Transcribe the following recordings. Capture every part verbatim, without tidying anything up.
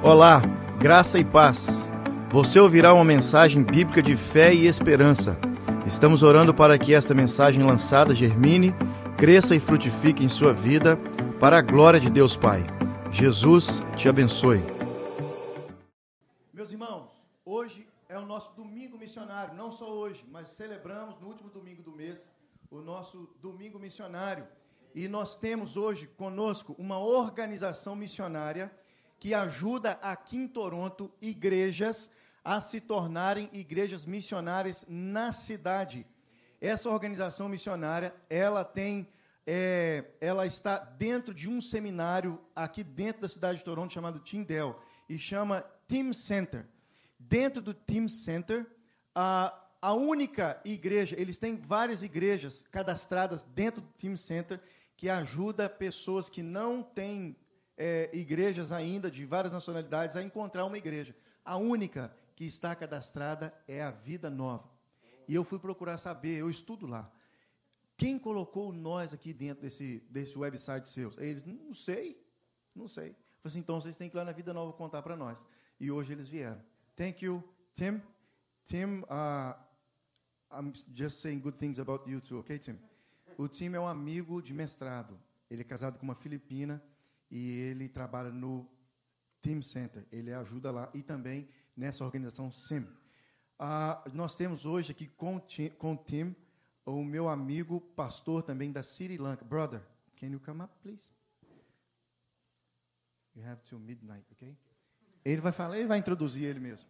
Olá, graça e paz. Você ouvirá uma mensagem bíblica de fé e esperança. Estamos orando para que esta mensagem lançada germine, cresça e frutifique em sua vida, para a glória de Deus Pai. Jesus te abençoe. Meus irmãos, hoje é o nosso domingo missionário, não só hoje, mas celebramos no último domingo do mês o nosso domingo missionário. E nós temos hoje conosco uma organização missionária que ajuda aqui em Toronto igrejas a se tornarem igrejas missionárias na cidade. Essa organização missionária, ela tem, é, ela está dentro de um seminário aqui dentro da cidade de Toronto chamado Tyndale e chama Team Center. Dentro do Team Center, a, a única igreja, eles têm várias igrejas cadastradas dentro do Team Center que ajuda pessoas que não têm É, igrejas ainda de várias nacionalidades a encontrar uma igreja. A única que está cadastrada é a Vida Nova. E eu fui procurar saber, eu estudo lá. Quem colocou nós aqui dentro desse, desse website seu? Eles, não sei, não sei. Eu falei assim, então vocês têm que ir lá na Vida Nova contar para nós. E hoje eles vieram. Thank you, Tim. Tim, uh, I'm just saying good things about you too, okay, Tim? O Tim é um amigo de mestrado. Ele é casado com uma filipina. E ele trabalha no Team Center, ele ajuda lá e também nessa organização S I M. Ah, nós temos hoje aqui com, com o Tim, o meu amigo pastor também da Sri Lanka. Brother, can you come up, please? You have till midnight, okay? Ele vai falar, ele vai introduzir ele mesmo.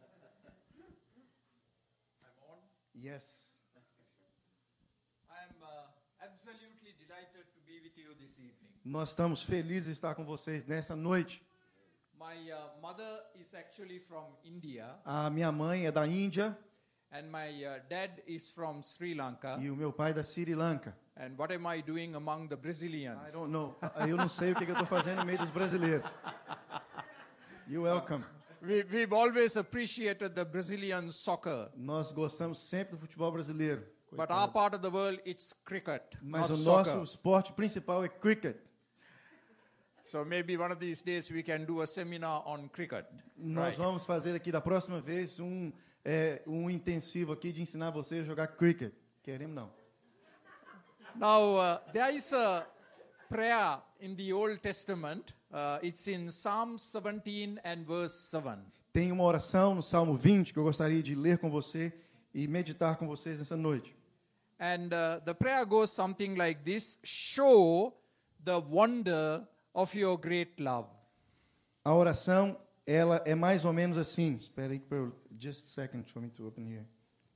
I'm on? Yes. I'm uh, absolutely delighted to be with you this evening. Nós estamos felizes de estar com vocês nessa noite. My uh, mother is actually from India. A minha mãe é da Índia. And my uh, dad is from Sri Lanka. E o meu pai é da Sri Lanka. And what am I doing among the Brazilians? I don't know. Eu não sei o que eu estou fazendo no meio dos brasileiros. You're welcome. We, we've always appreciated the Brazilian soccer. Nós gostamos sempre do futebol brasileiro. But our part of the world, it's cricket, Mas not o soccer. nosso esporte principal é cricket. So maybe one of these days we can do a seminar on cricket. Nós Right. vamos fazer aqui da próxima vez um, é, um intensivo aqui de ensinar você a jogar cricket. Queremos não. Now, uh, there is a prayer in the Old Testament. Uh, it's in Psalm seventeen and verse seven. Tem uma oração no Salmo vinte que eu gostaria de ler com você e meditar com vocês nessa noite. And uh, the prayer goes something like this: show the wonder of your great love. A oração, ela é mais ou menos assim. Espera aí, just a second for me to open here.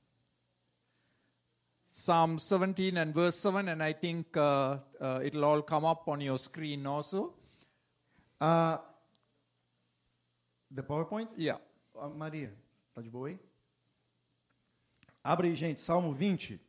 Psalm seventeen and verse seven, and I think uh, uh, it'll all come up on your screen also. Uh, the PowerPoint? Yeah. Uh, Maria, tá de boa aí? Abre aí, gente, Salmo vinte.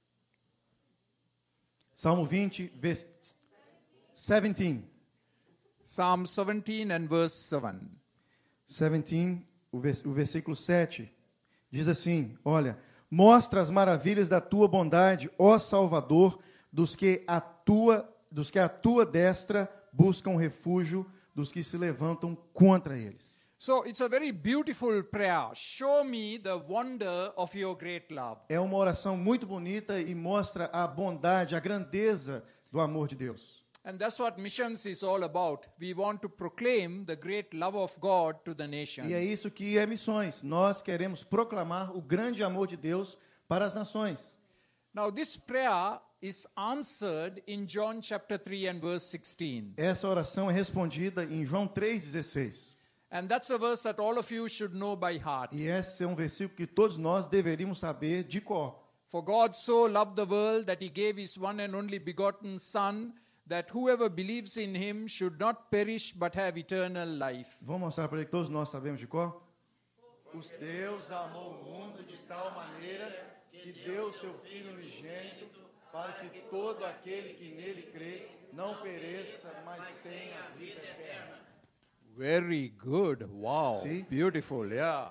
Salmo vinte, vers... seventeen. Psalm seventeen and verse seven. seventeen, o, vers... o versículo sete. Diz assim, olha, mostra as maravilhas da tua bondade, ó Salvador, dos que a tua, dos que a tua destra buscam refúgio, dos que se levantam contra eles. So it's a very beautiful prayer. Show me the wonder of your great love. É uma oração muito bonita e mostra a bondade, a grandeza do amor de Deus. And that's what missions is all about. We want to proclaim the great love of God to the nations. E é isso que é missões. Nós queremos proclamar o grande amor de Deus para as nações. Now this prayer is answered in John chapter three and verse sixteen. Essa oração é respondida em João três, dezesseis. And that's a verse that all of you should know by heart. E esse é um versículo que todos nós deveríamos saber de cor. For God so loved the world that he gave his one and only begotten Son, that whoever believes in him should not perish but have eternal life. Vamos mostrar para ele que todos nós sabemos de cor? Os Deus amou o mundo de tal maneira que deu o seu Filho unigênito para que todo aquele que nele crê não pereça, mas tenha a vida eterna. Very good. Wow. See? Beautiful. Yeah.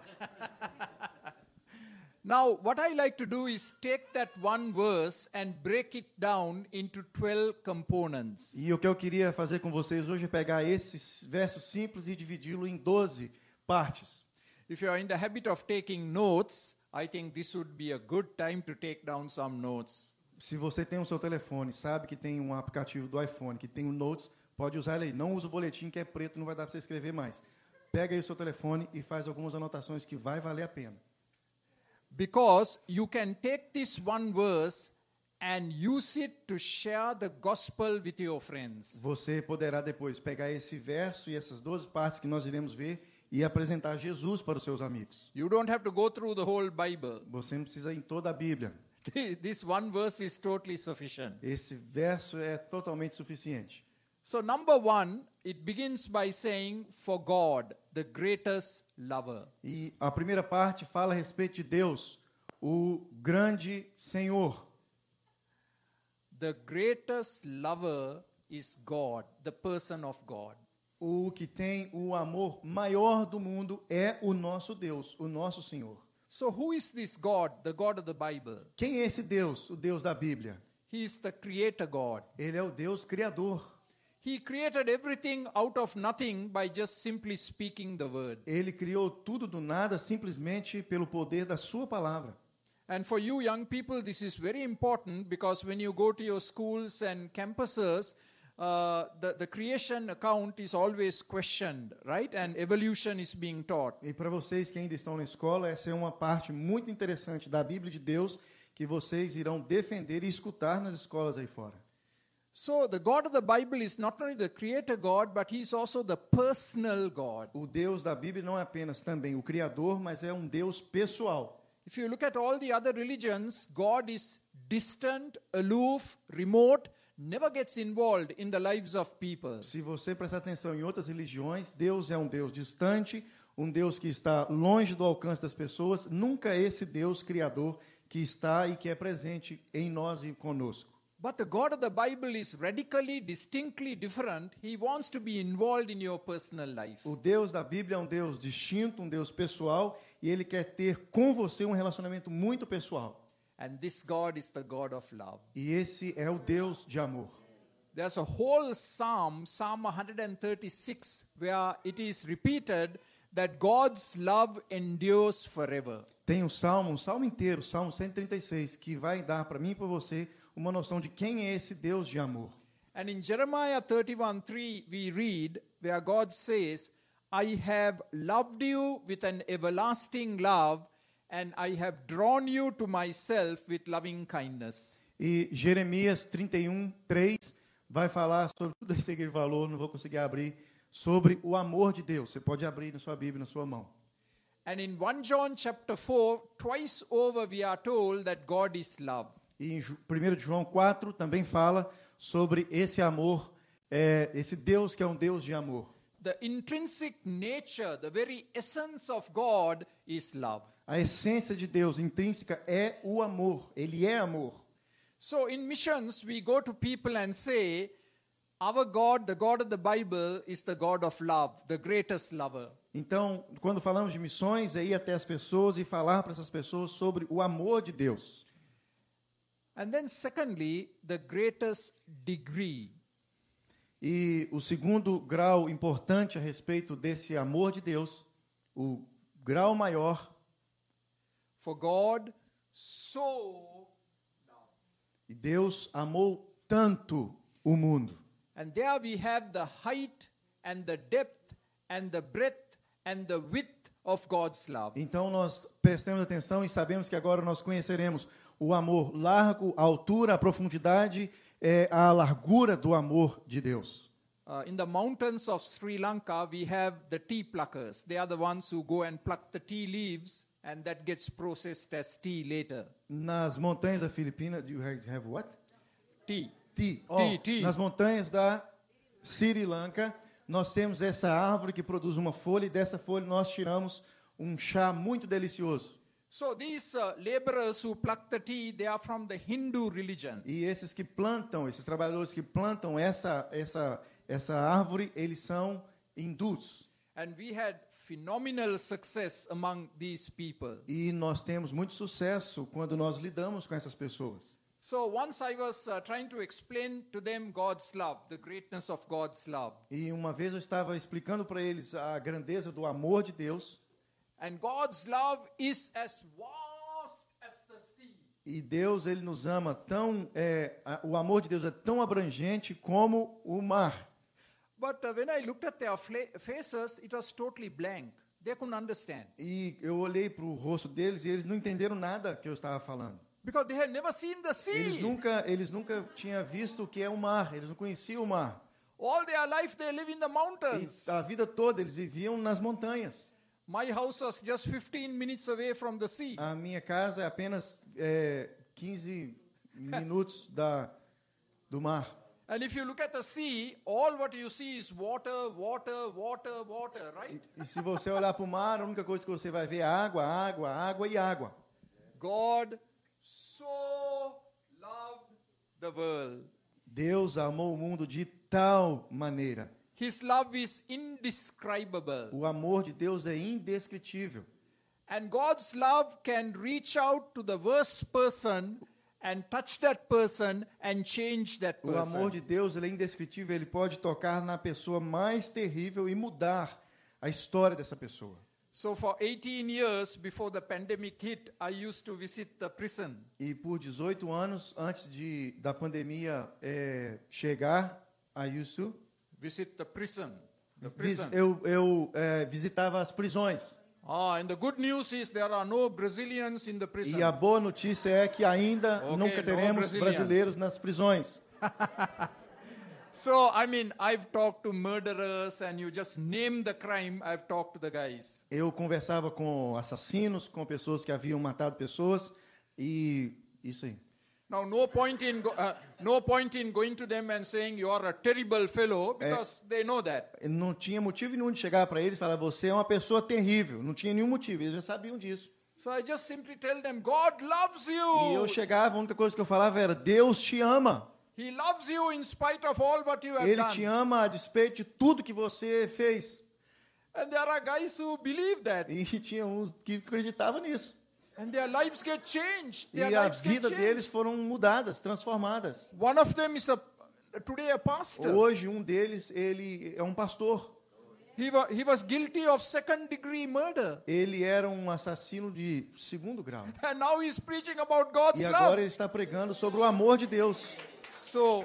Now, what I like to do is take that one verse and break it down into twelve components. E o que eu queria fazer com vocês hoje é pegar esse verso simples e dividi-lo em doze partes. If you are in the habit of taking notes, I think this would be a good time to take down some notes. Se você tem o seu telefone, sabe que tem um aplicativo do iPhone que tem o Notes, pode usar ele aí. Não usa o boletim que é preto, não vai dar para você escrever mais. Pega aí o seu telefone e faz algumas anotações que vai valer a pena. Because you can take this one verse and use it to share the gospel with your friends. Você poderá depois pegar esse verso e essas doze partes que nós iremos ver e apresentar Jesus para os seus amigos. You don't have to go through the whole Bible. Você não precisa ir em toda a Bíblia. This one verse is totally sufficient. Esse verso é totalmente suficiente. So number one, it begins by saying, for God, the greatest lover. E a primeira parte fala a respeito de Deus, o grande Senhor. The greatest lover is God, the person of God. O que tem o amor maior do mundo é o nosso Deus, o nosso Senhor. So who is this God, the God of the Bible? Quem é esse Deus, o Deus da Bíblia? He is the creator God. Ele é o Deus criador. He created everything out of nothing by just simply speaking the word. Ele criou tudo do nada simplesmente pelo poder da sua palavra. And for you young people, this is very important because when you go to your schools and campuses, uh, the, the creation account is always questioned, right? And evolution is being taught. E para vocês que ainda estão na escola, essa é uma parte muito interessante da Bíblia de Deus que vocês irão defender e escutar nas escolas aí fora. So the God of the Bible is not only the creator God, but he is also the personal God. O Deus da Bíblia não é apenas também o criador, mas é um Deus pessoal. If you look at all the other religions, God is distant, aloof, remote, never gets involved in the lives of people. Se você prestar atenção em outras religiões, Deus é um Deus distante, um Deus que está longe do alcance das pessoas, nunca esse Deus criador que está e que é presente em nós e conosco. But the God of the Bible is radically, distinctly different. He wants to be involved in your personal life. O Deus da Bíblia é um Deus distinto, um Deus pessoal, e ele quer ter com você um relacionamento muito pessoal. And this God is the God of love. E esse é o Deus de amor. There's a whole psalm, Psalm one thirty-six, where it is repeated that God's love endures forever. Tem um salmo, um salmo inteiro, Salmo cento e trinta e seis, que vai dar para mim e para você uma noção de quem é esse Deus de amor. And in Jeremiah thirty-one three, we read where God says, I have loved you with an everlasting love, and I have drawn you to myself with loving kindness. E Jeremias trinta e um, três vai falar sobre tudo isso que ele falou, não vou conseguir abrir, sobre o amor de Deus. Você pode abrir na sua Bíblia, na sua mão. And in First John chapter four, twice over we are told that God is love. E em primeiro João quatro também fala sobre esse amor, é, esse Deus que é um Deus de amor. The intrinsic nature, the very essence of God is love. A essência de Deus intrínseca é o amor. Ele é amor. So in missions, we go to people and say, our God, the God of the Bible, is the God of love, the greatest lover. Então, quando falamos de missões, é ir até as pessoas e falar para essas pessoas sobre o amor de Deus. And then secondly, the greatest degree. E o segundo grau importante a respeito desse amor de Deus, o grau maior, For God so loved. e Deus amou tanto o mundo. And there we have the height and the depth and the breadth and the width of God's love. Então nós prestamos atenção e sabemos que agora nós conheceremos o amor largo, a altura, a profundidade, é, a largura do amor de Deus. Uh, in the mountains of Sri Lanka, we have the tea pluckers. They are the ones who go and pluck the tea leaves, and that gets processed as tea later. Nas montanhas da Filipina, do you have what? Tea. Tea. Oh, Tea, tea. Nas montanhas da Sri Lanka, nós temos essa árvore que produz uma folha, e dessa folha nós tiramos um chá muito delicioso. So these uh, laborers who pluck the tea, they are from the Hindu religion. E esses que plantam, esses trabalhadores que plantam essa essa essa árvore, eles são hindus. And we had phenomenal success among these people. E nós temos muito sucesso quando nós lidamos com essas pessoas. So once I was uh, trying to explain to them God's love, the greatness of God's love. E uma vez eu estava explicando para eles a grandeza do amor de Deus. And God's love is as vast as the sea. E Deus, ele nos ama tão, é, a, o amor de Deus é tão abrangente como o mar. But uh, when I looked at their fla- faces, it was totally blank. They couldn't understand. E eu olhei para o rosto deles e eles não entenderam nada que eu estava falando. Because they had never seen the sea. Eles nunca, eles nunca tinham visto o que é o mar, eles não conheciam o mar. All their life they live in the mountains. E a vida toda eles viviam nas montanhas. My house was just fifteen minutes away from the sea. A minha casa é apenas é, quinze minutos da, do mar. And if you look at the sea, all what you see is water, water, water, water, right? E, e se você olhar para o mar, a única coisa que você vai ver é água, água, água e água. God so loved the world. Deus amou o mundo de tal maneira. His love is indescribable. O amor de Deus é indescritível. And God's love can reach out to the worst person and touch that person and change that O person. amor de Deus ele é indescritível, ele pode tocar na pessoa mais terrível e mudar a história dessa pessoa. So for eighteen years before the pandemic hit, I used to visit the prison. E por dezoito anos antes de da pandemia é, chegar, I used to Visit the prison. The vis, prison. eu, eu é, visitava as prisões. Ah, and the good news is there are no Brazilians in the prison. E a boa notícia é que ainda Okay, nunca no teremos Brazilians. brasileiros nas prisões. So, I mean, I've talked to murderers and you just name the crime, I've talked to the guys. Eu conversava com assassinos, com pessoas que haviam matado pessoas e isso aí. Now, no point in go- uh, no point in going to them and saying you are a terrible fellow because they know that. Não tinha motivo nenhum de chegar para eles e falar, você é uma pessoa terrível. Não tinha nenhum motivo, eles já sabiam disso. So I just simply tell them, God loves E you. eu chegava, a única coisa que eu falava era, Deus te ama. He loves you in spite of all what you have Ele done. te ama a despeito de tudo que você fez. And there are guys who believe that. E tinha uns que acreditavam nisso. And their lives get changed. E Their a lives get vida changed. deles foram mudadas, transformadas. One of them is a, today a pastor. Hoje, um deles, ele é um pastor. He, wa, he was guilty of second degree murder. Ele era um assassino de segundo grau. And now he's preaching about God's E love. agora ele está pregando sobre o amor de Deus. So,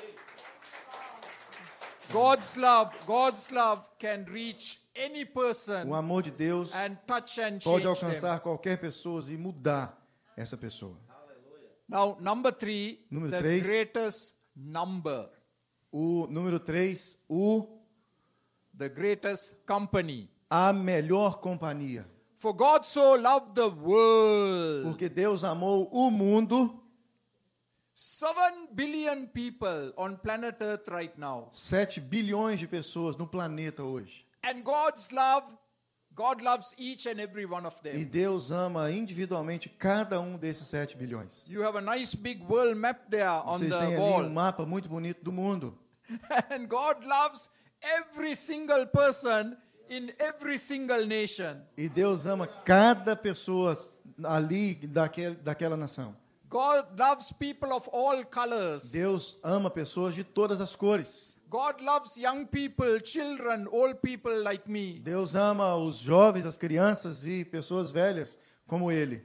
God's love, God's love can reach any person O amor de Deus and touch and pode change them. alcançar qualquer pessoa e mudar essa pessoa. Now, number three, Número the três. greatest number, O número três, o the greatest company. a melhor companhia. For God so loved the world. Porque Deus amou o mundo. Seven billion people on planet Earth right now. Sete bilhões de pessoas no planeta hoje. And God's love, God loves each and every one of E them. Deus ama individualmente cada um desses sete bilhões. You have a nice big world map there on Vocês the têm ali wall. um mapa muito bonito do mundo. And God loves every single person in every single nation. E Deus ama cada pessoa ali daquele, daquela nação. God loves people of all colors. Deus ama pessoas de todas as cores. God loves young people, children, old people like me. Deus ama os jovens, as crianças e pessoas velhas como Ele.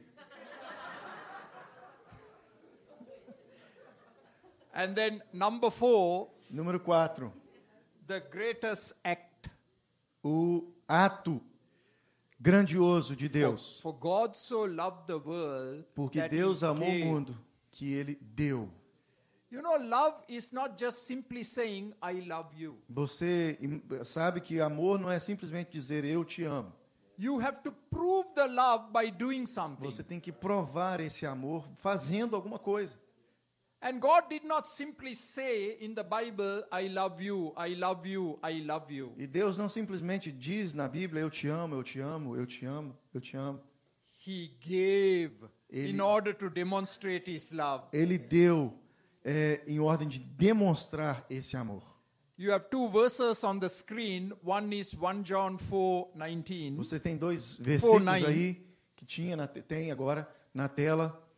And then number four, Número quatro, the greatest act. o ato grandioso de Deus. For God so loved the world Porque that Deus he amou o gave. mundo que Ele deu. You know, love is not just simply saying, I love you. Você sabe que amor não é simplesmente dizer eu te amo. You have to prove the love by doing something. Você tem que provar esse amor fazendo alguma coisa. And God did not simply say in the Bible, I love you, I love you, I love you. E Deus não simplesmente diz na Bíblia eu te amo, eu te amo, eu te amo, eu te amo. He gave Ele- in order to demonstrate his love. Ele deu é, em ordem de demonstrar esse amor. You have two verses on the screen. One is First John four nineteen. Você tem dois versículos nine. aí que tinha na, te- tem agora na tela.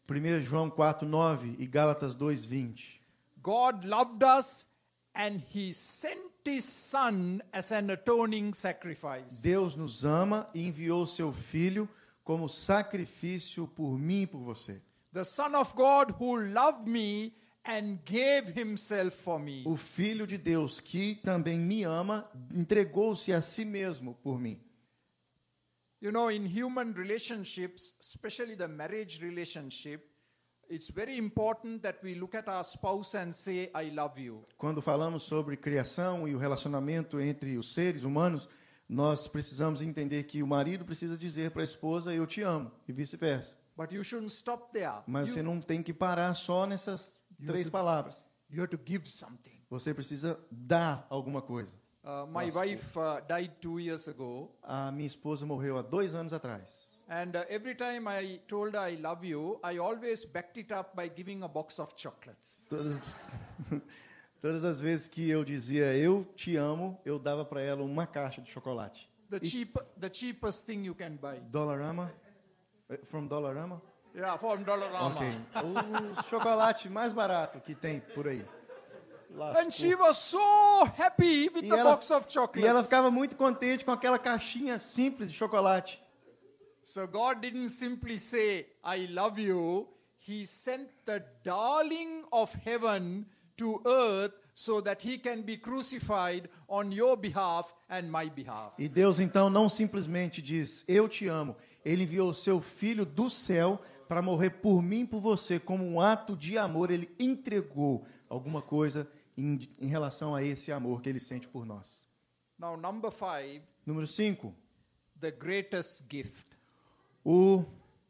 primeiro João quatro, nove e Gálatas dois, vinte. God loved us and he sent his son as an atoning sacrifice. Deus nos ama e enviou seu Filho como sacrifício por mim e por você. The Son of God who loved me and gave himself for me. O Filho de Deus que também me ama, entregou-se a si mesmo por mim. You know, in human relationships, especially the marriage relationship, it's very important that we look at our spouse and say, I love you. Quando falamos sobre criação e o relacionamento entre os seres humanos, nós precisamos entender que o marido precisa dizer para a esposa, eu te amo, e vice-versa. But you shouldn't stop there. Mas You- você não tem que parar só nessas três palavras. You have to give something. Você precisa dar alguma coisa. Uh, my Gospel. wife uh, died two years ago, A minha esposa morreu há dois anos atrás. and uh, every time I told her I love you, I always backed it up by giving a box of chocolates. Todas, todas as vezes que eu dizia eu te amo, eu dava para ela uma caixa de chocolate. The cheap, the cheapest thing you can buy. Dollarama? Eh, From Dollarama? Yeah, from Dollarama. Ok. O chocolate mais barato que tem por aí. And she Lascou. was so happy with E the ela, box of chocolates. e ela ficava muito contente com aquela caixinha simples de chocolate. So God didn't simply say, I love you. He sent the darling of heaven to earth so that he can be crucified on your behalf and my behalf. E Deus então não simplesmente diz, eu te amo. Ele enviou o seu Filho do céu para morrer por mim e por você. Como um ato de amor, ele entregou alguma coisa em, em relação a esse amor que ele sente por nós. Now, number five, Número cinco. the greatest gift. O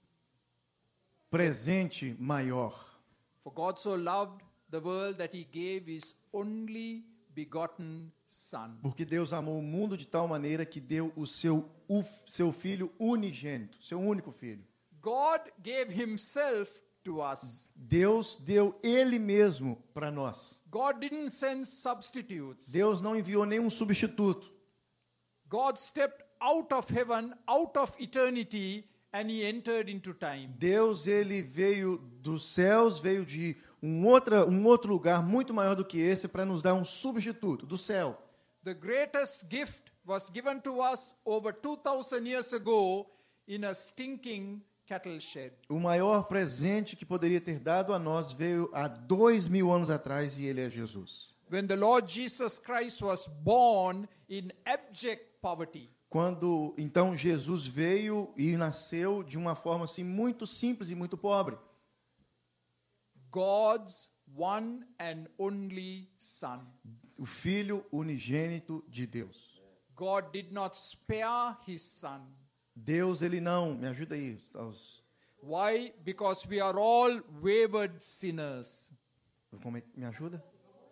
presente maior. For God so loved the world that he gave his only begotten Son. Porque Deus amou o mundo de tal maneira que deu o seu, o seu Filho unigênito, seu único Filho. God gave himself to us. Deus deu Ele mesmo para nós. God didn't send substitutes. Deus não enviou nenhum substituto. God stepped out of heaven, out of eternity, and he entered into time. Deus, Ele veio dos céus, veio de um, outra, um outro lugar muito maior do que esse para nos dar um substituto do céu. The greatest gift was given to us over two thousand years ago in a stinking cattle shed. O maior presente que poderia ter dado a nós veio há dois mil anos atrás e Ele é Jesus. When the Lord Jesus Christ was born in abject poverty. Quando então Jesus veio e nasceu de uma forma assim muito simples e muito pobre. God's one and only Son. O Filho unigênito de Deus. God did not spare his Son. Deus, Ele não... Me ajuda aí. Aos, Why? Because we are all wayward sinners. como é- me ajuda?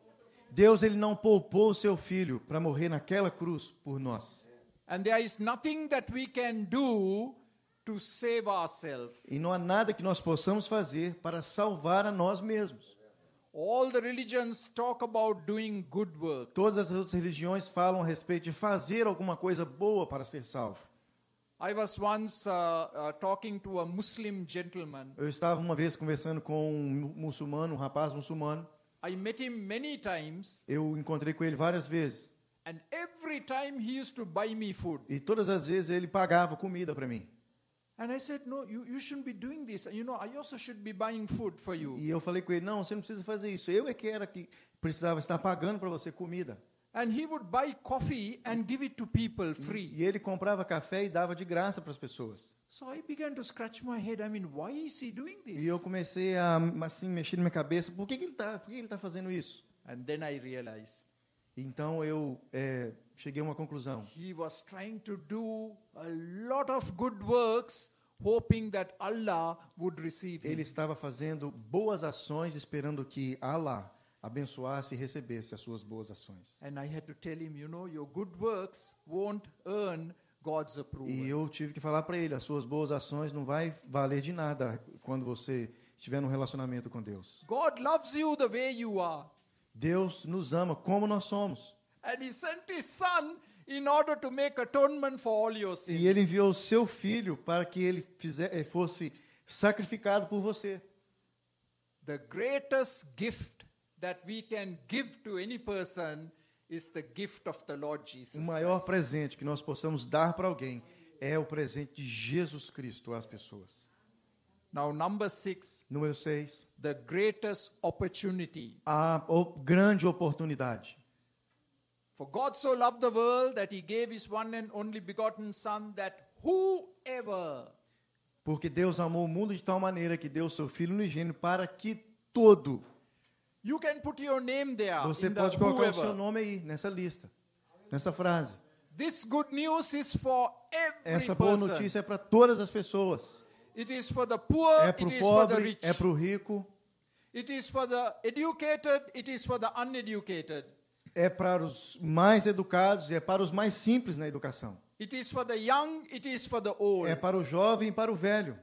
Deus, Ele não poupou o seu Filho para morrer naquela cruz por nós. And there is nothing that we can do to save ourselves. E não há nada que nós possamos fazer para salvar a nós mesmos. All the religions talk about doing good works. Todas as outras religiões falam a respeito de fazer alguma coisa boa para ser salvo. I was once uh, uh, talking to a Muslim gentleman. Eu estava uma vez conversando com um muçulmano, um rapaz muçulmano. I met him many times, Eu encontrei com ele várias vezes. and every time he used to buy me food. E todas as vezes ele pagava comida para mim. And I said, no, you, you shouldn't be doing this. You know, I also should be buying food for you. E eu falei com ele, não, você não precisa fazer isso. Eu é que era que precisava estar pagando para você comida. And he would buy coffee and give it to people free. E ele comprava café e dava de graça para as pessoas. So I began to scratch my head. I mean, why is he doing this? E eu comecei a assim mexer na minha cabeça, por que, que ele está, por que ele tá fazendo isso? And then I realized Então eu é, cheguei a uma conclusão. he was trying to do a lot of good works, hoping that Allah would receive him. Ele estava fazendo boas ações, esperando que Allah abençoasse e recebesse as suas boas ações. And I had to tell him, you know, your good works won't earn God's approval. E eu tive que falar para ele, as suas boas ações não vai valer de nada quando você estiver num relacionamento com Deus. God loves you the way you are. Deus nos ama como nós somos. And he sent his son in order to make atonement for all your sins. E ele enviou o seu filho para que ele fizer, eh, fosse sacrificado por você. the greatest gift that we can give to any person is the gift of the Lord Jesus O maior Christ. presente que nós possamos dar para alguém é o presente de Jesus Cristo às pessoas. Now, number six, Número seis, the greatest opportunity. a o- grande oportunidade. For God so loved the world that he gave his one and only begotten Son, that whoever, Porque Deus amou o mundo de tal maneira que deu o seu Filho unigênito para que todo. you can put your name there Você in the pode colocar o seu whoever. nome aí, nessa lista, nessa frase. This good news is for every Essa boa person. notícia é para todas as pessoas. It is for the poor, É it para o is for the pobre, rich. é para o rico, It is for the educated, it is for the uneducated. é para os mais educados e é para os mais simples na educação. It is for the young, it is for the old. É para o jovem e para o velho.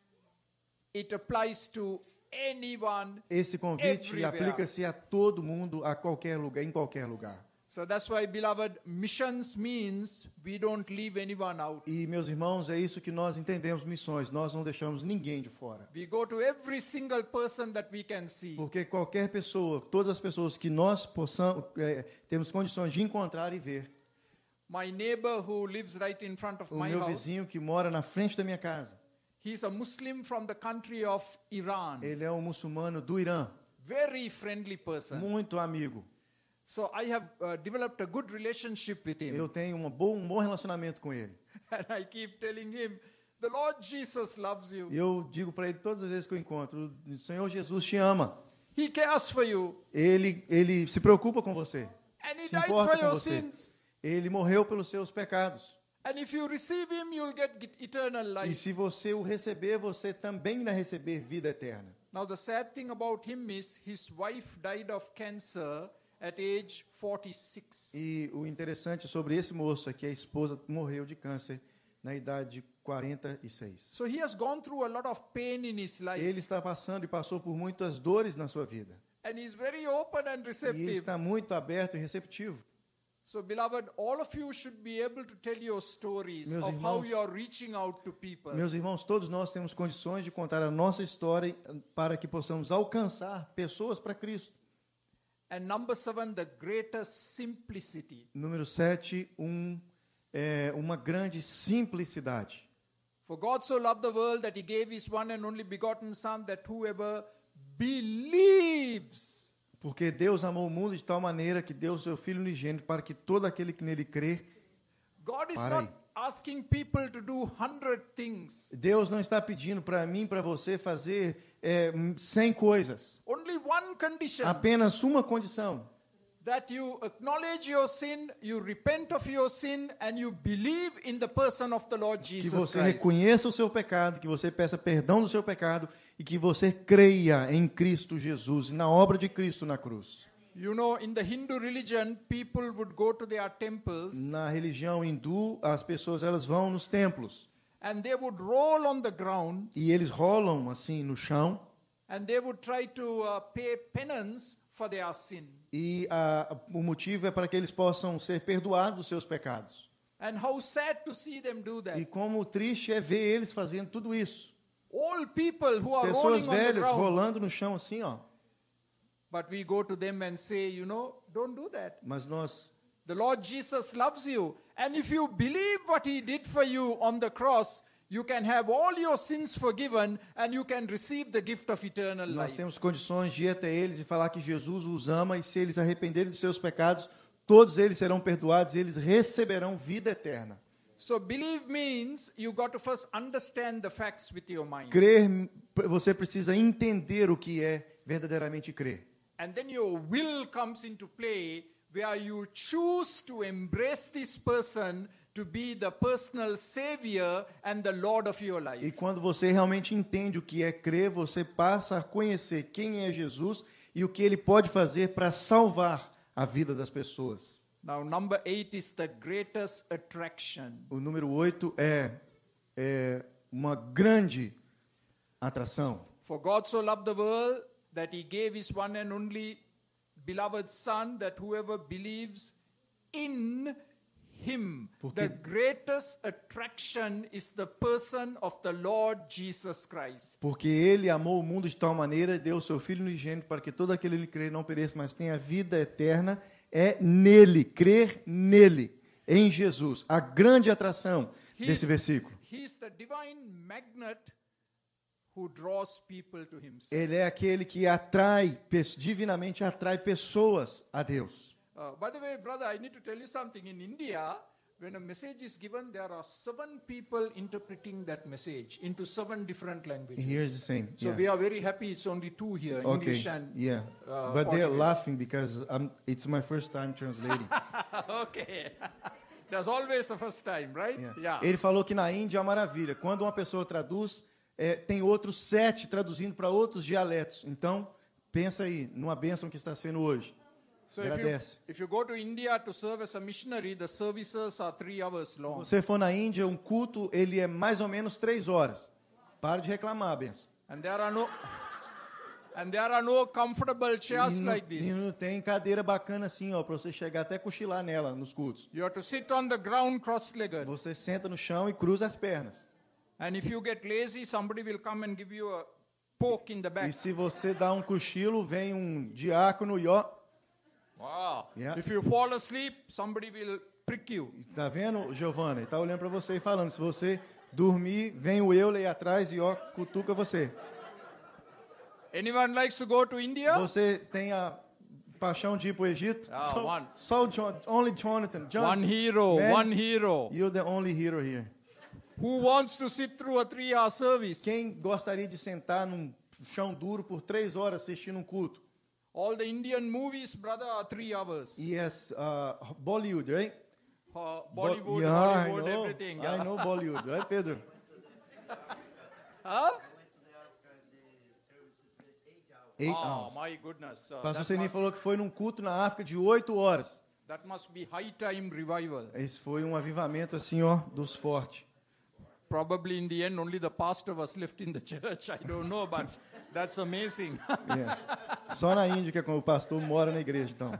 It applies to anyone. Esse convite Everywhere. aplica-se a todo mundo, a qualquer lugar, em qualquer lugar. So that's why, beloved, missions means we don't leave anyone out. E, meus irmãos, é isso que nós entendemos missões. Nós não deixamos ninguém de fora. We go to every single person that we can see. Porque qualquer pessoa, todas as pessoas que nós possamos, é, temos condições de encontrar e ver. My neighbor who lives right in front of O my meu house, vizinho que mora na frente da minha casa, he's a Muslim from the country of Iran. ele é um muçulmano do Irã, Very friendly person. muito amigo. So I have uh, developed a good relationship with him. Eu tenho uma boa, um bom relacionamento com ele. And I keep telling him, the Lord Jesus loves you. E eu digo para ele todas as vezes que eu encontro, o Senhor Jesus te ama. He cares for you. Ele, ele se preocupa com você. And he Se died importa for com your você. sins. Ele morreu pelos seus pecados. And if you receive him, you'll get get eternal E life. se você o receber, você também irá receber vida eterna. Now the sad thing about him is his wife died of cancer at age forty-six. E o interessante sobre esse moço é que a esposa morreu de câncer na idade de quarenta e seis. So he has gone through a lot of pain in his life. Ele está passando e passou por muitas dores na sua vida. And he's very open and E ele receptive. está muito aberto e receptivo. So beloved, all of you should be able to tell your stories Meus of how irmãos- you are reaching out to people. Meus irmãos, todos nós temos condições de contar a nossa história para que possamos alcançar pessoas para Cristo. And number seven, the greatest simplicity. Número sete, um, é, uma grande simplicidade. For God so loved the world that he gave his one and only begotten Son, that whoever believes. Porque Deus amou o mundo de tal maneira que deu o seu Filho unigênito para que todo aquele que nele crê. God is Para not aí. asking people to do hundred things. Deus não está pedindo para mim, para você fazer é, cem coisas. Only one condition, Apenas uma condição. that you acknowledge your sin, you repent of your sin, and you believe in the person of the Lord Que Jesus você Christ. reconheça o seu pecado, que você peça perdão do seu pecado e que você creia em Cristo Jesus e na obra de Cristo na cruz. You know, in the Hindu religion, people would go to their temples Na religião hindu, as pessoas elas vão nos templos and they would roll on the ground e eles rolam assim no chão and they would try to uh, pay penance for their sin. e a, o motivo é para que eles possam ser perdoados dos seus pecados. And how sad to see them do that. E como triste é ver eles fazendo tudo isso. All people who are Pessoas rolling on the velhas ground. rolando no chão assim, ó. But we go to them and say, you know, don't do that. Mas nós The Lord Jesus loves you. And if you believe what he did for you on the cross, you can have all your sins forgiven and you can receive the gift of eternal Nós life. temos condições de ir até eles e falar que Jesus os ama e se eles arrependerem dos seus pecados, todos eles serão perdoados e eles receberão vida eterna. So believe means you got to first understand the facts with your mind. Crer, você precisa entender o que é verdadeiramente crer. And then your will comes into play where you choose to embrace this person to be the personal savior and the Lord of your life. E quando você realmente entende o que é crer, você passa a conhecer quem é Jesus e o que ele pode fazer para salvar a vida das pessoas. Now, number eight is the greatest attraction. O número oito é, é uma grande atração. For God so loved the world that he gave his one and only beloved Son, that whoever believes in him. Porque- The greatest attraction is the person of the Lord Jesus Christ. Porque ele amou o mundo de tal maneira, deu o seu Filho unigênito para que todo aquele que crê não pereça, mas tenha vida eterna. É nele, crer nele, em Jesus. A grande atração desse versículo. He is the divine magnet who draws people to himself. Ele é aquele que atrai, pe- divinamente atrai pessoas a Deus. Uh, by the way, brother, I need to tell you something. In India, when a message is given, there are seven people interpreting that message into seven different languages. Here's the same. So Yeah. we are very happy it's only two here, Okay. English and Yeah. uh, But they're Portuguese. laughing because I'm, it's my first time translating. Okay. There's always a first time, right? Yeah. Ele falou que na Índia é uma maravilha. Quando uma pessoa traduz, é, tem outros sete traduzindo para outros dialetos. Então, pensa aí, numa bênção que está sendo hoje. So if you, Agradece. if you go to India to serve as a missionary, the services are three hours long. Se você for na Índia, um culto, ele é mais ou menos três horas. Para de reclamar, benção. And there are no and there are no comfortable chairs E não, like e this. não tem cadeira bacana assim, ó, para você chegar até cochilar nela nos cultos. You have to sit on the ground cross-legged. Você senta no chão e cruza as pernas. And if you get lazy, somebody will come and give you a poke in the E back. se você dá um cochilo, vem um diácono e ó, Wow. Yeah. If you fall asleep, somebody will prick you. tá vendo, Giovana? Ele tá olhando para você e falando, se você dormir, vem o Euler aí atrás e ó, cutuca você. Anyone likes to go to India? Você tem a paixão de ir para o Egito? Ah, só, one. só o John, only Jonathan. John, One hero, man, one hero. You're the only hero here. Who wants to sit through a three-hour service? Quem gostaria de sentar num chão duro por três horas assistindo um culto? All the Indian movies, brother, are three hours. Yes, uh, Bollywood, right? Uh, Bo- Bollywood, yeah, Hollywood, I know. everything. I yeah. know Bollywood, right, Pedro? Huh? Eight Oh, hours. my goodness. Uh, Pastor that, Seni must, falou que foi num culto na África de oito horas. that must be high time revival. Esse foi um avivamento assim, ó, dos fortes. Probably in the end, only the pastor was left in the church. I don't know, but that's amazing. Yeah. Só na Índia que é como o pastor mora na igreja, então.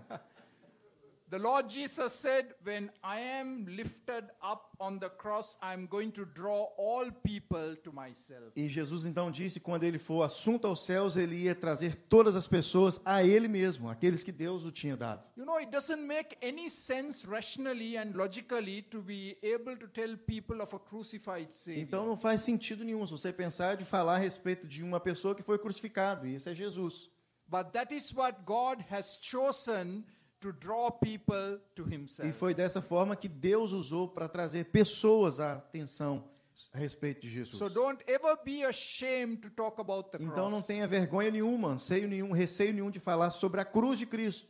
The Lord Jesus said, when I am lifted up on the cross, I'm going to draw all people to myself. E Jesus então disse que quando ele for assunto aos céus, ele ia trazer todas as pessoas a ele mesmo, aqueles que Deus o tinha dado. You know, it doesn't make any sense rationally and logically to be able to tell people of a crucified Savior. Então não faz sentido nenhum se você pensar de falar a respeito de uma pessoa que foi crucificado, e esse é Jesus. But that is what God has chosen to draw people to E himself. foi dessa forma que Deus usou para trazer pessoas à atenção a respeito de Jesus. So don't ever be ashamed to talk about the Então não cross. tenha vergonha nenhuma, anseio nenhum, receio nenhum de falar sobre a cruz de Cristo.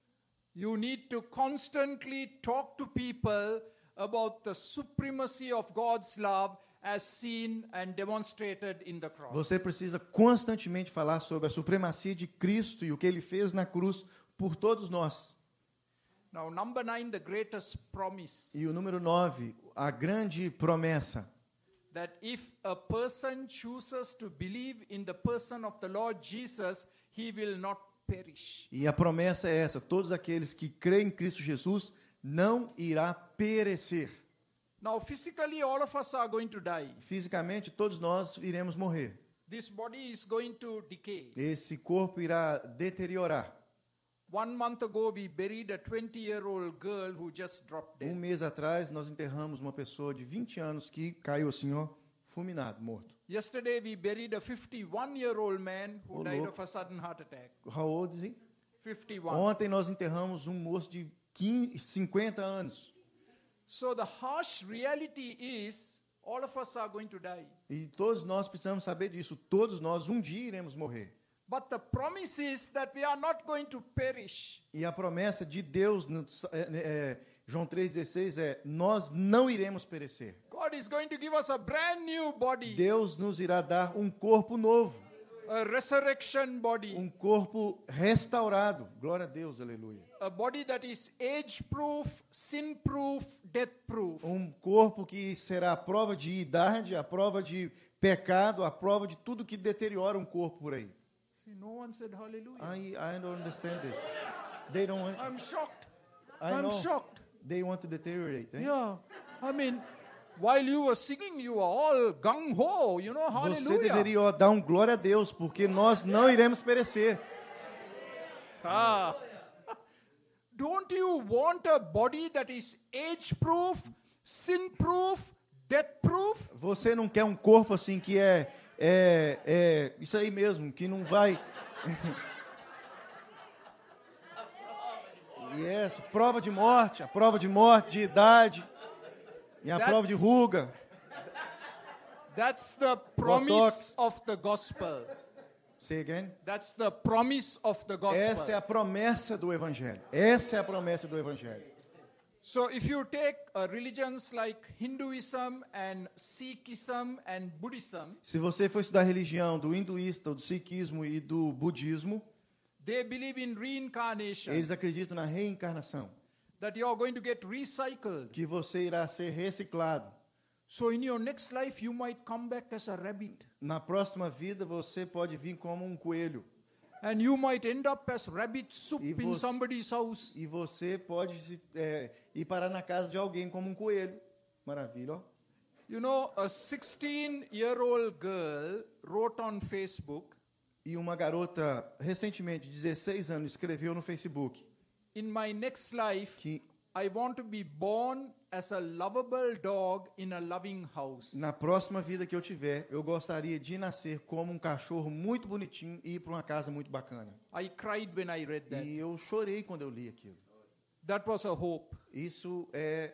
You need to constantly talk to people about the supremacy of God's love as seen and demonstrated in the cross. Você precisa constantemente falar sobre a supremacia de Cristo e o que ele fez na cruz por todos nós. Now, number nine, the greatest promise, E o número nove, a grande promessa. that if a person chooses to believe in the person of the Lord Jesus, he will not perish. E a promessa é essa: todos aqueles que creem em Cristo Jesus não irá perecer. Now, physically, all of us are going to die. Fisicamente, todos nós iremos morrer. This body is going to decay. Esse corpo irá deteriorar. One month ago, we buried a twenty-year-old girl who just dropped Um dead. mês atrás, nós enterramos uma pessoa de vinte anos que caiu assim, ó, fulminado, morto. Yesterday, we buried a fifty-one-year-old man who Oh, died louco. of a sudden heart attack. How old is he? fifty-one. Ontem nós enterramos um moço de quinze, cinquenta anos. So the harsh reality is, all of us are going to die. E todos nós precisamos saber disso. Todos nós um dia iremos morrer. But the promise is that we are not going to perish. E a promessa de Deus, no, é, é, João três dezesseis, é: nós não iremos perecer. God is going to give us a brand new body, Deus nos irá dar um corpo novo, a resurrection body, um corpo restaurado. Glória a Deus, aleluia. a body that is age-proof, sin-proof, death-proof. Um corpo que será a prova de idade, a prova de pecado, a prova de tudo que deteriora um corpo por aí. See, no one said hallelujah. I, I don't understand this. They don't. I'm shocked. I I'm know. shocked. They want to deteriorate. Hein? Yeah. I mean, while you were singing, you were all gung-ho, you know, Você hallelujah. deveria ó, dar um glória a Deus, porque nós não iremos perecer. Ah. Don't you want a body that is age-proof, sin-proof, death-proof? Você não quer um corpo assim que é, é, é isso aí mesmo, que não vai... Yes, prova de morte, a prova de morte, de idade, e a That's- prova de ruga. That's the promise Botox. of the gospel. Say again. That's the promise of the gospel. Essa é a promessa do Evangelho. Essa é a promessa do Evangelho. So if you take uh, religions like Hinduism and Sikhism and Buddhism, Se você for estudar a religião do hinduísta, do sikhismo e do budismo, they believe in reincarnation, eles acreditam na reencarnação, that you are going to get recycled. que você irá ser reciclado. So in your next life, you might come back as a rabbit. Na próxima vida, você pode vir como um coelho. And you might end up as rabbit soup E in você- somebody's house. E você pode se- é, ir parar na casa de alguém como um coelho. Maravilha, ó. You know, a sixteen-year-old girl wrote on Facebook, E uma garota, recentemente, de dezesseis anos, escreveu no Facebook in my next life, que I want to be born as a lovable dog in a loving house. na próxima vida que eu tiver, eu gostaria de nascer como um cachorro muito bonitinho e ir para uma casa muito bacana. I cried when I read that. E eu chorei quando eu li aquilo. That was a hope. Isso é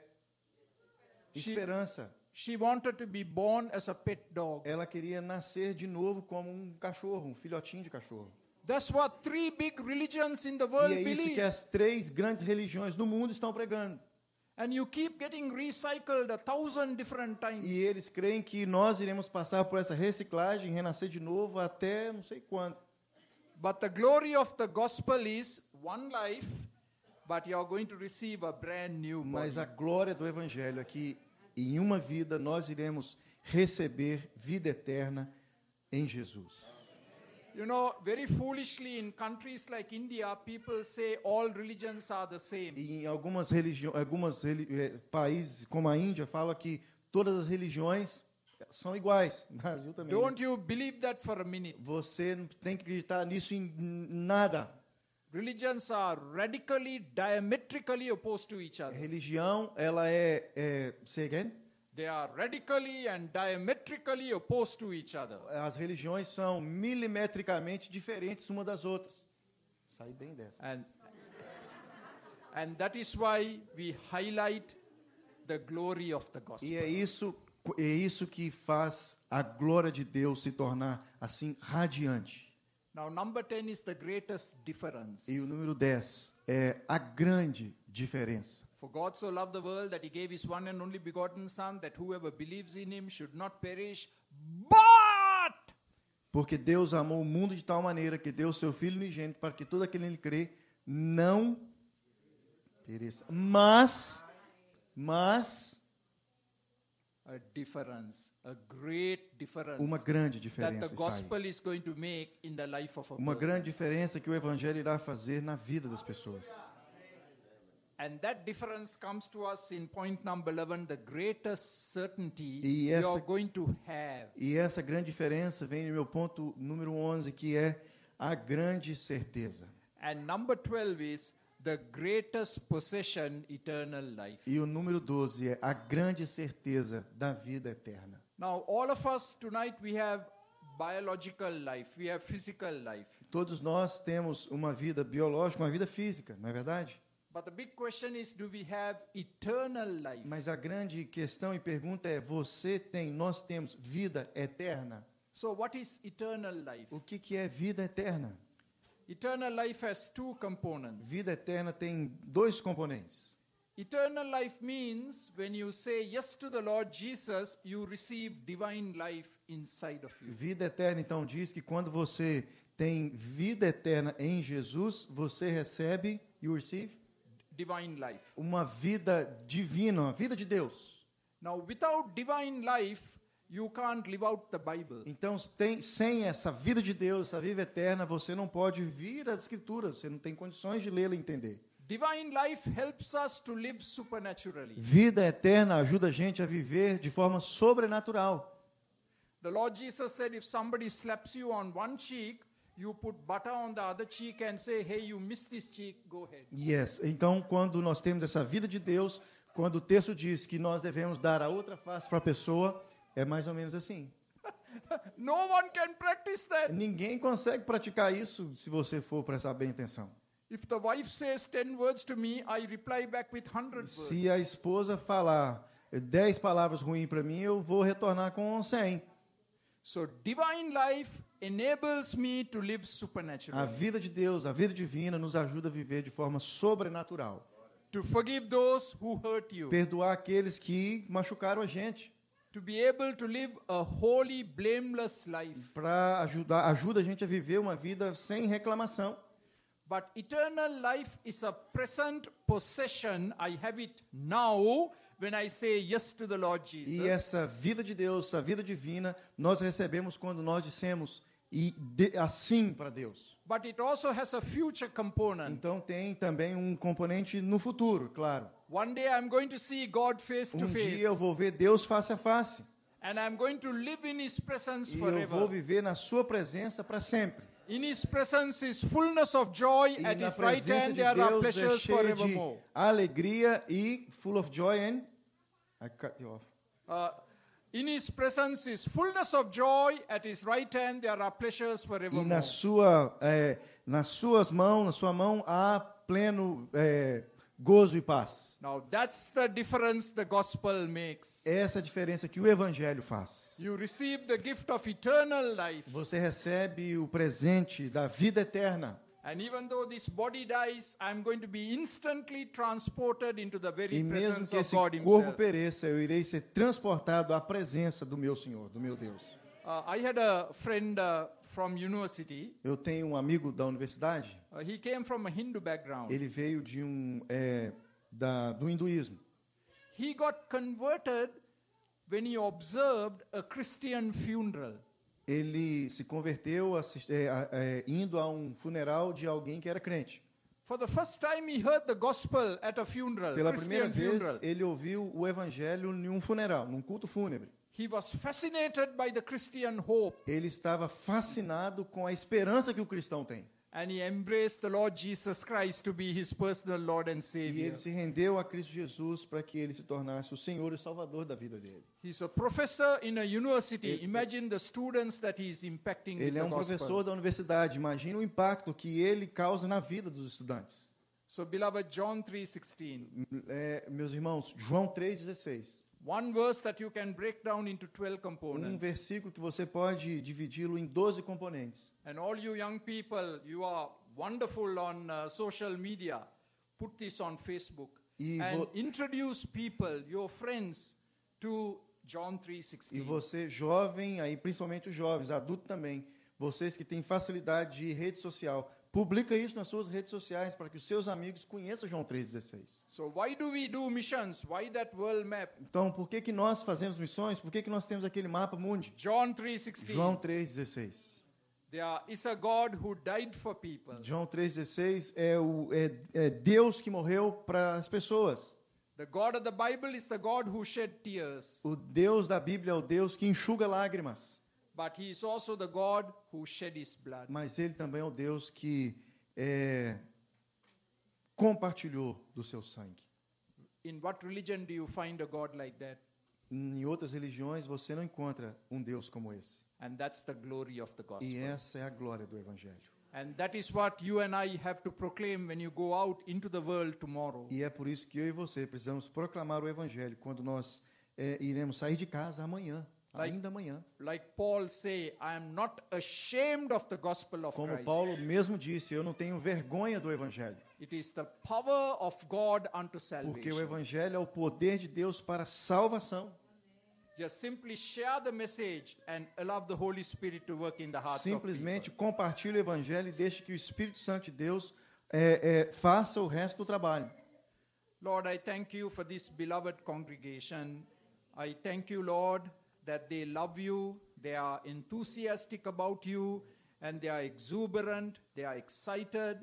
She- esperança. She wanted to be born as a pet dog. Ela queria nascer de novo como um cachorro, um filhotinho de cachorro. That's what three big religions in the E world é isso believe. que as três grandes religiões do mundo estão pregando. And you keep getting recycled a thousand different times. E eles creem que nós iremos passar por essa reciclagem, renascer de novo até não sei quando. But the glory of the gospel is one life, but you are going to receive a brand new Mas body. a glória do Evangelho é que em uma vida nós iremos receber vida eterna em Jesus. You know, very foolishly in countries like India, people say all religions are the same. E em algumas religiões, algumas reli- eh, países como a Índia fala que todas as religiões são iguais. No Brasil também. né? Don't you believe that for a minute? Você não tem que acreditar nisso em nada. Religions are radically, diametrically opposed to each A other. religião, ela é, é say again? They are radically and diametrically opposed to each other. As religiões são milimetricamente diferentes uma das outras. Saí bem dessa. And, and that is why we highlight the glory of the gospel. E é isso, é isso que faz a glória de Deus se tornar assim radiante. Now, number ten is the greatest difference. E o número dez é a grande diferença. For God so loved the world that he gave his one and only begotten Son, that whoever believes in him should not perish, but Porque Deus amou o mundo de tal maneira que deu o seu Filho unigênito para que todo aquele que nele crê não pereça. Mas, mas, a difference, a great difference uma grande that diferença the está aí. gospel is going to make in the life of a Uma person. grande diferença que o Evangelho irá fazer na vida das pessoas. And that difference comes to us in point number eleven, the greatest certainty E you essa- are going to have. E essa grande diferença vem no meu ponto número onze, que é a grande certeza. And number twelve is the greatest possession, eternal life. E o número doze é a grande certeza da vida eterna. Now, all of us tonight, we have biological life, we have physical life. Todos nós temos uma vida biológica, uma vida física, não é verdade? But the big question is, do we have eternal life? Mas a grande questão e pergunta é: você tem, nós temos vida eterna? So, what is eternal life? O que, que é vida eterna? Eternal life has two components. Vida eterna tem dois componentes. Eternal life means when you say yes to the Lord Jesus, you receive divine life inside of you. Vida eterna, então, diz que quando você tem vida eterna em Jesus, você recebe, you receive, Divine life. uma vida divina, uma vida de Deus. Now, without divine life, you can't live out the Bible. Então, tem, sem essa vida de Deus, essa vida eterna, você não pode vir às Escrituras, você não tem condições de lê-la e entender. Divine life helps us to live supernaturally. Vida eterna ajuda a gente a viver de forma sobrenatural. The Lord Jesus said, if somebody slaps you on one cheek, you put butter on the other cheek and say, hey, you missed this cheek, go ahead. Yes. Então, quando nós temos essa vida de Deus, quando o texto diz que nós devemos dar a outra face para a pessoa, é mais ou menos assim. No one can practice that. Ninguém consegue praticar isso se você for prestar bem atenção. If the wife says ten words to me, I reply back with one hundred words. Se a esposa falar dez palavras ruins para mim, eu vou retornar com cem. So divine life enables me to live supernaturally. A vida de Deus, a vida divina, nos ajuda a viver de forma sobrenatural. To forgive those who hurt you. Perdoar aqueles que machucaram a gente. To be able to live a holy, blameless life. Para ajudar, ajuda a gente a viver uma vida sem reclamação. But eternal life is a present possession. I have it now when I say yes to the Lord Jesus. E essa vida de Deus, essa vida divina, nós recebemos quando nós dissemos e de, assim para Deus. But it also has a future component. Então tem também um componente no futuro, claro. One day I'm going to see God face to Um face. dia eu vou ver Deus face a face. And I'm going to live in His presence E eu vou forever. viver na sua presença para sempre. In His presence is fullness of joy. E At na His right presença hand de there are Deus é pleasures cheio de forevermore. alegria e full of joy and I cut you off. Uh, in His presence is fullness of joy. At His right hand there are pleasures E forevermore. na sua, é, nas suas mãos, na sua mão há pleno é, gozo e paz. Now that's the difference the gospel makes. Essa é a diferença que o evangelho faz. You receive the gift of eternal life. Você recebe o presente da vida eterna. And even though this body dies, I'm going to be instantly transported into the very E mesmo presence que of esse God corpo Himself. pereça, eu irei ser transportado à presença do meu Senhor, do meu Deus. Uh, I had a friend uh, from university. Eu tenho um amigo da universidade, Uh, he came from a Hindu background. ele veio de um é, da, do hinduísmo. He got converted when he observed a Christian funeral. Ele se converteu assist, é, é, indo a um funeral de alguém que era crente. For the first time he heard the gospel at a funeral, Pela Christian primeira vez, funeral. ele ouviu o evangelho em um funeral, num culto fúnebre. He was fascinated by the Christian hope, Ele estava fascinado com a esperança que o cristão tem. and he embraced the Lord Jesus Christ to be his personal Lord and E Savior. ele se rendeu a Cristo Jesus para que ele se tornasse o Senhor e Salvador da vida dele. He's a professor in a university. Imagine the students that he is impacting with Ele é the um gospel. professor da universidade. Imagina o impacto que ele causa na vida dos estudantes. So, beloved, John three sixteen. É, meus irmãos, João três dezesseis. One verse that you can break down into twelve Um components. versículo que você pode dividi-lo em doze componentes. And all you young people, you are wonderful on uh, social media. Put this on Facebook. E and vo- introduce people, your friends, to John three E sixteen. você, jovem, aí principalmente os jovens, adulto também, vocês que têm facilidade de rede social, publica isso nas suas redes sociais para que os seus amigos conheçam João três dezesseis. So why do we do missions? Why that world map? Então, por que, que nós fazemos missões? Por que, que nós temos aquele mapa mundi? John three sixteen. João três dezesseis. There is a God who died for people. João três dezesseis é, o, é, é Deus que morreu para as pessoas. The God of the Bible is the God who shed tears. O Deus da Bíblia é o Deus que enxuga lágrimas. But he is also the God who shed his blood. Mas ele também é o Deus que é, compartilhou do seu sangue. In what religion do you find a God like that? Em outras religiões você não encontra um Deus como esse. And that's the glory of the gospel. E essa é a glória do Evangelho. And that is what you and I have to proclaim when you go out into the world tomorrow. E é por isso que eu e você precisamos proclamar o Evangelho quando nós é, iremos sair de casa amanhã, Like- ainda amanhã. Like Paul say, I am not ashamed of the gospel of Como Christ. Paulo mesmo disse, eu não tenho vergonha do Evangelho. It is the power of God unto Porque o salvation. Evangelho é o poder de Deus para a salvação. Just simply share the message and allow the Holy Spirit to work in the hearts Simplesmente of people. compartilhe o Evangelho e deixe que o Espírito Santo de Deus é, é, faça o resto do trabalho. Lord, I thank you for this beloved congregation. I thank you, Lord, that they love you, they are enthusiastic about you, and they are exuberant, they are excited,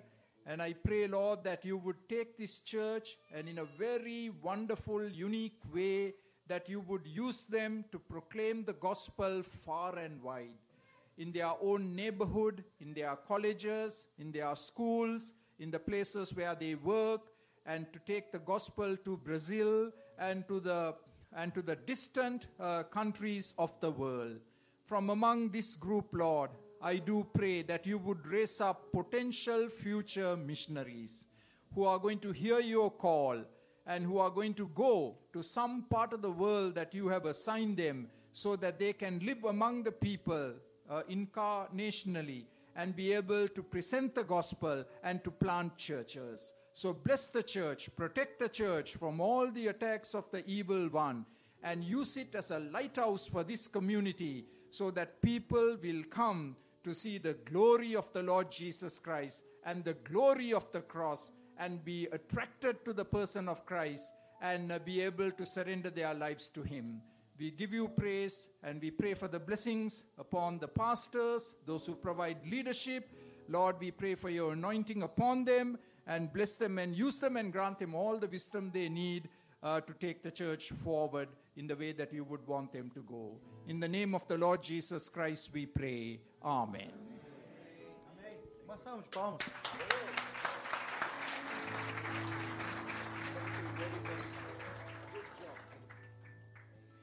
And I pray, Lord, that you would take this church and in a very wonderful, unique way, that you would use them to proclaim the gospel far and wide. In their own neighborhood, in their colleges, in their schools, in the places where they work, and to take the gospel to Brazil and to the, and to the distant uh, countries of the world. From among this group, Lord, I do pray that you would raise up potential future missionaries who are going to hear your call and who are going to go to some part of the world that you have assigned them so that they can live among the people uh, incarnationally and be able to present the gospel and to plant churches. So bless the church, protect the church from all the attacks of the evil one, and use it as a lighthouse for this community so that people will come to see the glory of the Lord Jesus Christ and the glory of the cross and be attracted to the person of Christ and uh, be able to surrender their lives to him. We give you praise and we pray for the blessings upon the pastors, those who provide leadership. Lord, we pray for your anointing upon them and bless them and use them and grant them all the wisdom they need uh, to take the church forward in the way that you would want them to go. In the name of the Lord Jesus Christ we pray. Amen. Amém. Uma salva de palmas.